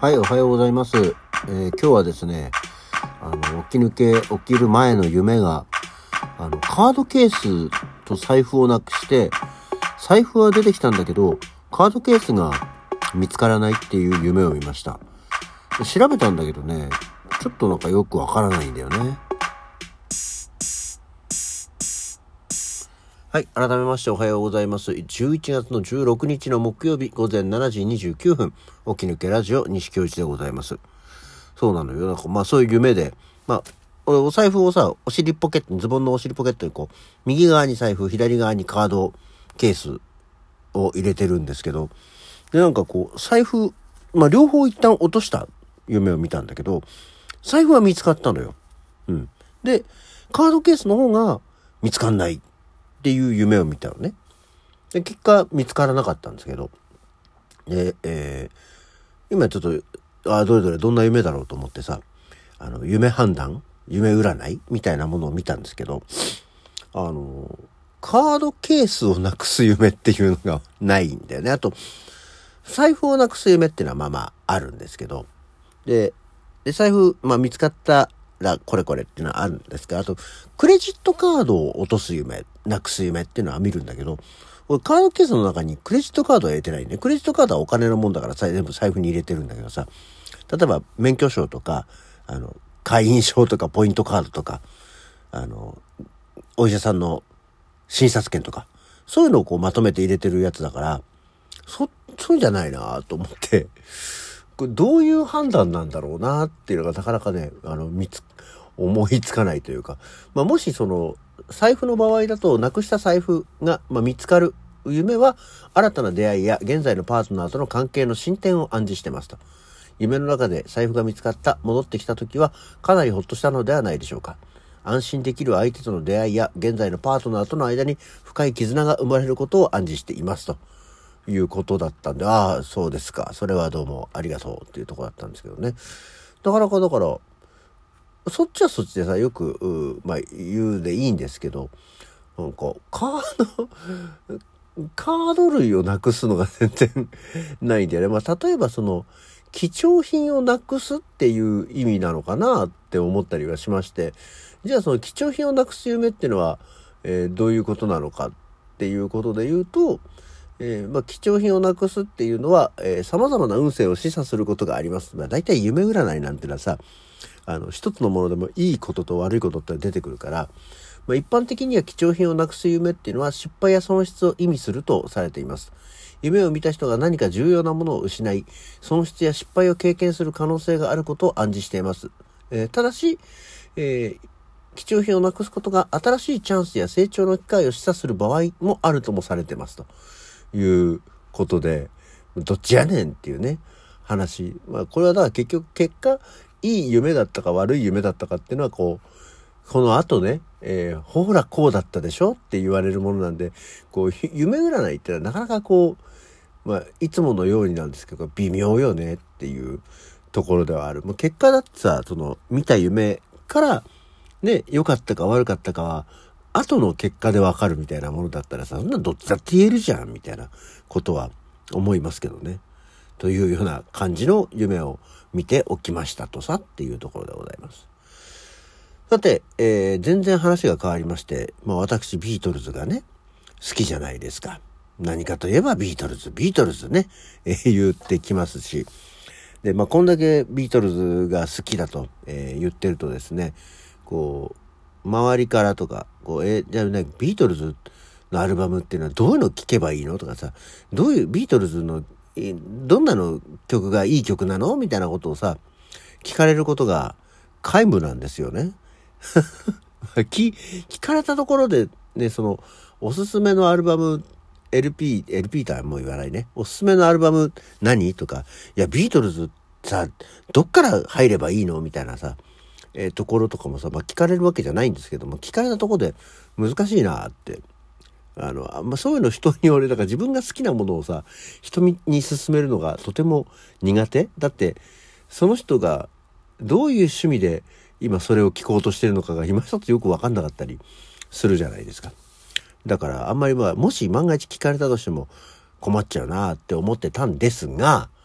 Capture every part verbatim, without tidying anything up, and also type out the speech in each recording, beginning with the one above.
はい、おはようございます。えー、今日はですね、あの、起き抜け、起きる前の夢が、あの、カードケースと財布をなくして、財布は出てきたんだけど、カードケースが見つからないっていう夢を見ました。調べたんだけどね、ちょっとなんかよくわからないんだよね。はい、改めましておはようございます。じゅういちがつのじゅうろくにちの木曜日午前しちじにじゅうきゅうふん、起き抜けラジオ西京一でございます。そうなのよ。なんかまあそういう夢で、まあ俺お財布をさ、お尻ポケットに、ズボンのお尻ポケットにこう、右側に財布、左側にカードケースを入れてるんですけど、でなんかこう財布、まあ両方一旦落とした夢を見たんだけど、財布は見つかったのよ。うん。で、カードケースの方が見つかんないっていう夢を見たのね。で、結果見つからなかったんですけど、で、えー、今ちょっと、あ、どれどれどんな夢だろうと思ってさ、あの、夢判断夢占いみたいなものを見たんですけど、あの、カードケースをなくす夢っていうのがないんだよね。あと、財布をなくす夢っていうのはまあまああるんですけど、で、で財布、まあ見つかったらこれこれっていうのはあるんですけど、あと、クレジットカードを落とす夢、なくす夢っていうのは見るんだけど、俺カードケースの中にクレジットカードは入れてないね。クレジットカードはお金のもんだからさ、全部財布に入れてるんだけどさ、例えば免許証とか、あの、会員証とかポイントカードとか、あの、お医者さんの診察券とか、そういうのをこうまとめて入れてるやつだから、そ、そうじゃないなと思って、これどういう判断なんだろうなっていうのがなかなかね、あの、見つ、思いつかないというか、まあ、もしその、財布の場合だと、なくした財布が、まあ、見つかる夢は、新たな出会いや現在のパートナーとの関係の進展を暗示してますと。夢の中で財布が見つかった、戻ってきた時は、かなりほっとしたのではないでしょうか。安心できる相手との出会いや、現在のパートナーとの間に深い絆が生まれることを暗示していますということだったんで、ああ、そうですか。それはどうもありがとうっていうところだったんですけどね。なかなかだから、そっちはそっちでさ、よく、まあ言うでいいんですけど、なんか、カード、カード類をなくすのが全然ないんだよね。まあ例えばその、貴重品をなくすっていう意味なのかなって思ったりはしまして、じゃあその貴重品をなくす夢っていうのは、えー、どういうことなのかっていうことで言うと、えー、まあ貴重品をなくすっていうのは、えー、様々な運勢を示唆することがあります。まあ大体夢占いなんてのはさ、あの一つのものでもいいことと悪いことって出てくるから、まあ、一般的には貴重品をなくす夢っていうのは失敗や損失を意味するとされています。夢を見た人が何か重要なものを失い、損失や失敗を経験する可能性があることを暗示しています。えー、ただし、えー、貴重品をなくすことが新しいチャンスや成長の機会を示唆する場合もあるともされてますということで、どっちやねんっていうね、話。まあこれはだから結局結果、いい夢だったか悪い夢だったかっていうのはこう、この後ね、えー、ほらこうだったでしょって言われるものなんで、こう、夢占いってのはなかなかこう、まあ、いつものようになんですけど、微妙よねっていうところではある。もう結果だってさ、その、見た夢から、ね、良かったか悪かったかは、後の結果でわかるみたいなものだったらさ、そんなどっちだって言えるじゃんみたいなことは思いますけどね。というような感じの夢を見ておきましたとさっていうところでございます。さて、えー、全然話が変わりまして、まあ私ビートルズがね、好きじゃないですか。何かといえばビートルズ、ビートルズね、えー、言ってきますし、で、まあこんだけビートルズが好きだと、えー、言ってるとですね、こう、周りからとか、こう、えー、じゃあね、ビートルズのアルバムっていうのはどういうの聴けばいいのとかさ、どういうビートルズのどんなの曲がいい曲なのみたいなことをさ、聞かれることが皆無なんですよね。聞, 聞かれたところでね、そのおすすめのアルバム エルピー エルピー とはもう言わないね。おすすめのアルバム何とか、いやビートルズさ、どっから入ればいいのみたいなさ、えー、ところとかもさ、まあ、聞かれるわけじゃないんですけども、聞かれたところで難しいなってあの、あんまそういうの人に俺だから自分が好きなものをさ、人に勧めるのがとても苦手だって、その人がどういう趣味で今それを聞こうとしてるのかが今一つよく分かんなかったりするじゃないですか。だからあんまりまあ、もし万が一聞かれたとしても困っちゃうなって思ってたんですが、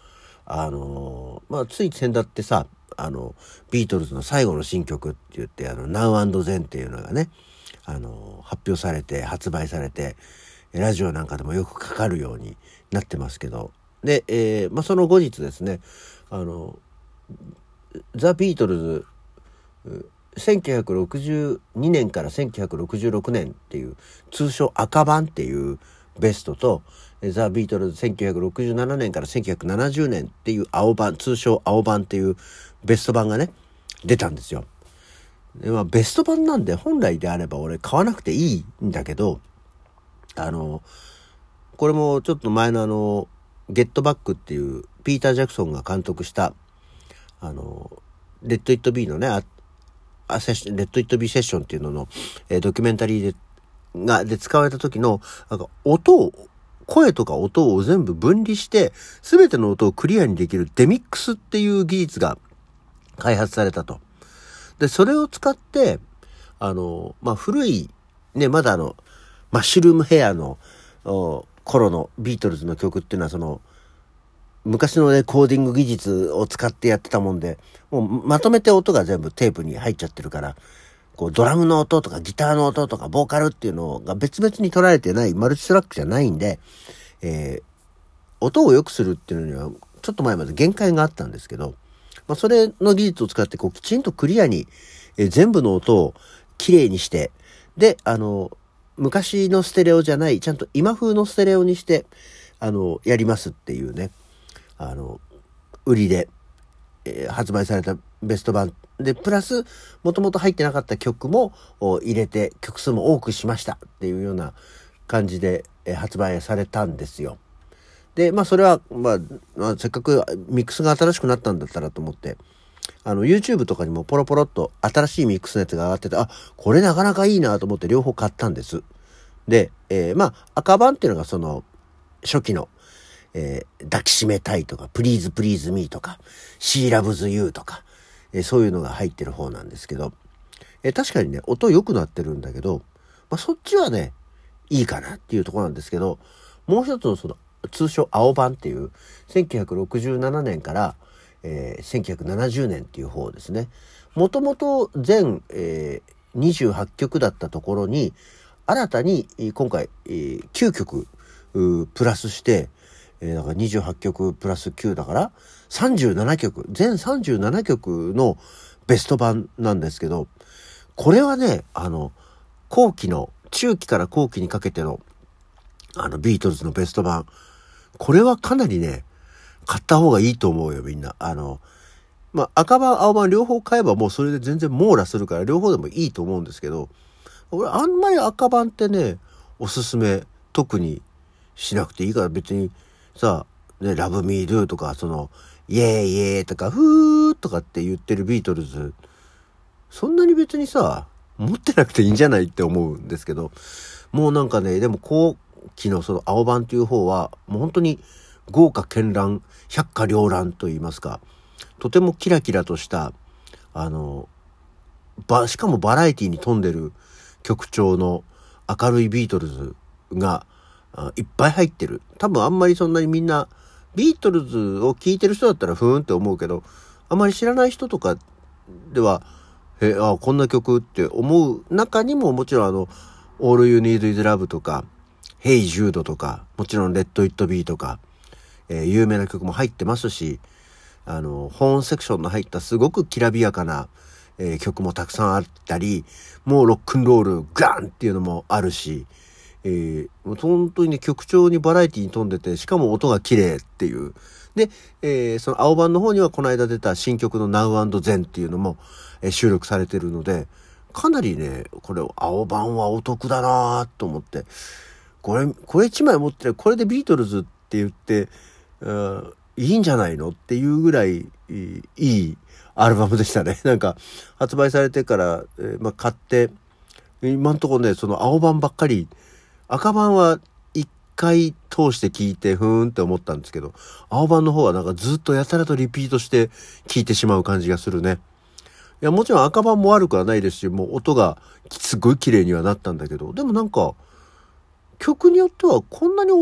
あのー、まあつい先だってさ、あのビートルズの最後の新曲って言ってあの Now and Then っていうのがね、あの発表されて発売されてラジオなんかでもよくかかるようになってますけど、で、えーまあ、その後日ですね、あのザ・ビートルズせんきゅうひゃくろくじゅうにねんからせんきゅうひゃくろくじゅうろくねんっていう通称赤版っていうベストと、ザ・ビートルズせんきゅうひゃくろくじゅうななねんからせんきゅうひゃくななじゅうねんっていう青版、通称青版っていうベスト版がね出たんですよ。で、まあ、ベスト版なんで本来であれば俺買わなくていいんだけど、あのこれもちょっと前のあのゲットバックっていうピーター・ジャクソンが監督したあのレッド・イット・ビーのね、ああセッションレッド・イット・ビーセッションっていうのの、えー、ドキュメンタリーでがで使われた時のなんか音を声とか音を全部分離して全ての音をクリアにできるデミックスっていう技術が開発されたと。でそれを使ってあのまあ古いね、まだあのマッシュルームヘアの頃のビートルズの曲っていうのはその昔のレコーディング技術を使ってやってたもんで、もうまとめて音が全部テープに入っちゃってるから、こうドラムの音とかギターの音とかボーカルっていうのが別々に捉えてないマルチトラックじゃないんで、えー、音を良くするっていうのにはちょっと前まで限界があったんですけど、まあ、それの技術を使ってこうきちんとクリアに、えー、全部の音をきれいにして、で、あの、昔のステレオじゃない、ちゃんと今風のステレオにして、あの、やりますっていうね、あの、売りで、えー、発売されたベスト版で、プラス、もともと入ってなかった曲も入れて、曲数も多くしましたっていうような感じで、えー、発売されたんですよ。で、まあそれは、まあ、まあ、せっかくミックスが新しくなったんだったらと思って、あの YouTube とかにもポロポロっと新しいミックスのやつが上がってて、あ、これなかなかいいなと思って両方買ったんです。で、えー、まあ赤版っていうのがその初期の、えー、抱きしめたいとか、Please Please Me とか、She Loves You とか、えー、そういうのが入ってる方なんですけど、えー、確かにね、音良くなってるんだけど、まあそっちはね、いいかなっていうところなんですけど、もう一つのその通称青版っていうせんきゅうひゃくろくじゅうななねんから、えー、せんきゅうひゃくななじゅうねんっていう方ですね。もともと全、えー、にじゅうはちきょくだったところに新たに今回、えー、きゅうきょくプラスして、えー、だからにじゅうはちきょくプラスきゅうだからさんじゅうななきょく、全さんじゅうななきょくのベスト版なんですけど、これはね、あの後期の中期から後期にかけてのあのビートルズのベスト版、これはかなりね買った方がいいと思うよ、みんな。あのまあ赤版青版両方買えばもうそれで全然網羅するから両方でもいいと思うんですけど、俺あんまり赤版ってねおすすめ特にしなくていいから、別にさ、ね、ラブミードゥとかそのイエーイイエーとかフーとかって言ってるビートルズ、そんなに別にさ持ってなくていいんじゃないって思うんですけど、もうなんかね、でも後期のその青版という方はもう本当に豪華絢爛、百花繚乱と言いますか、とてもキラキラとしたあのばしかもバラエティに富んでる曲調の明るいビートルズがいっぱい入ってる。多分あんまりそんなにみんなビートルズを聴いてる人だったらふーんって思うけど、あんまり知らない人とかではえあこんな曲って思う中にも、もちろんあの All You Need Is Love とか Hey Jude とか、もちろん Let It Be とか、えー、有名な曲も入ってますし、あのホーンセクションの入ったすごくきらびやかな、えー、曲もたくさんあったり、もうロックンロールガンっていうのもあるし、えー、本当にね曲調にバラエティに富んでて、しかも音が綺麗っていう。で、えー、その青版の方にはこの間出た新曲の Now and Then っていうのも、えー、収録されてるので、かなりねこれ青版はお得だなと思って、これこれいちまい持ってこれでビートルズって言って、うん、いいんじゃないのっていうぐらいいいアルバムでしたね。なんか発売されてから、えーまあ、買って今んとこねその青版ばっかり、赤版は一回通して聞いてふーんって思ったんですけど、青版の方はなんかずっとやたらとリピートして聞いてしまう感じがするね。いやもちろん赤版も悪くはないですし、もう音がすごい綺麗にはなったんだけど、でもなんか曲によってはこんなに音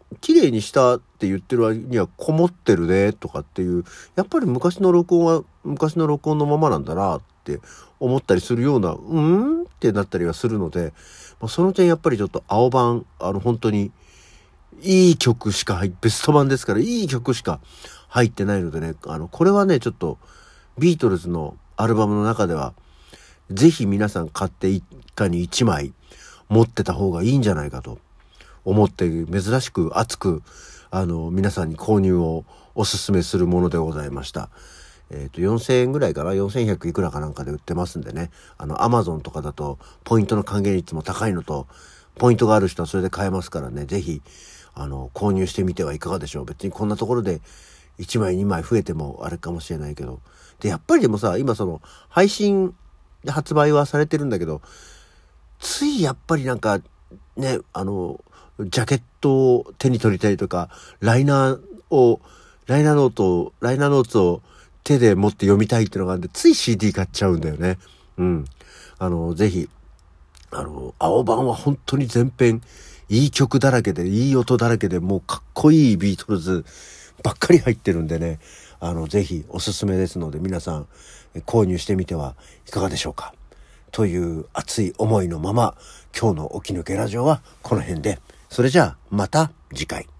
綺麗にしたって言ってる割にはこもってるねとかっていう、やっぱり昔の録音は昔の録音のままなんだなって思ったりするような、うーんってなったりはするので、まあ、その点やっぱりちょっと青版、あの本当にいい曲しか入って、ベスト版ですからいい曲しか入ってないのでね、あの、これはね、ちょっとビートルズのアルバムの中では、ぜひ皆さん買って一家に一枚持ってた方がいいんじゃないかと思って、珍しく熱く、あの、皆さんに購入をお勧めするものでございました。えっと、よんせんえんぐらいかな ?よんせんひゃく いくらかなんかで売ってますんでね。あの、アマゾンとかだと、ポイントの還元率も高いのと、ポイントがある人はそれで買えますからね、ぜひ、あの、購入してみてはいかがでしょう。別にこんなところでいちまいにまい増えてもあれかもしれないけど。で、やっぱりでもさ、今その、配信で発売はされてるんだけど、ついやっぱりなんか、ね、あの、ジャケットを手に取りたりとか、ライナーを、ライナーノートを、ライナーノーツを手で持って読みたいっていうのがあるんで、つい シーディー 買っちゃうんだよね。うん。あの、ぜひ、あの、青版は本当に全編、いい曲だらけで、いい音だらけで、もうかっこいいビートルズばっかり入ってるんでね、あの、ぜひおすすめですので、皆さん購入してみてはいかがでしょうか。という熱い思いのまま、今日の起き抜けラジオはこの辺で。それじゃあ、また次回。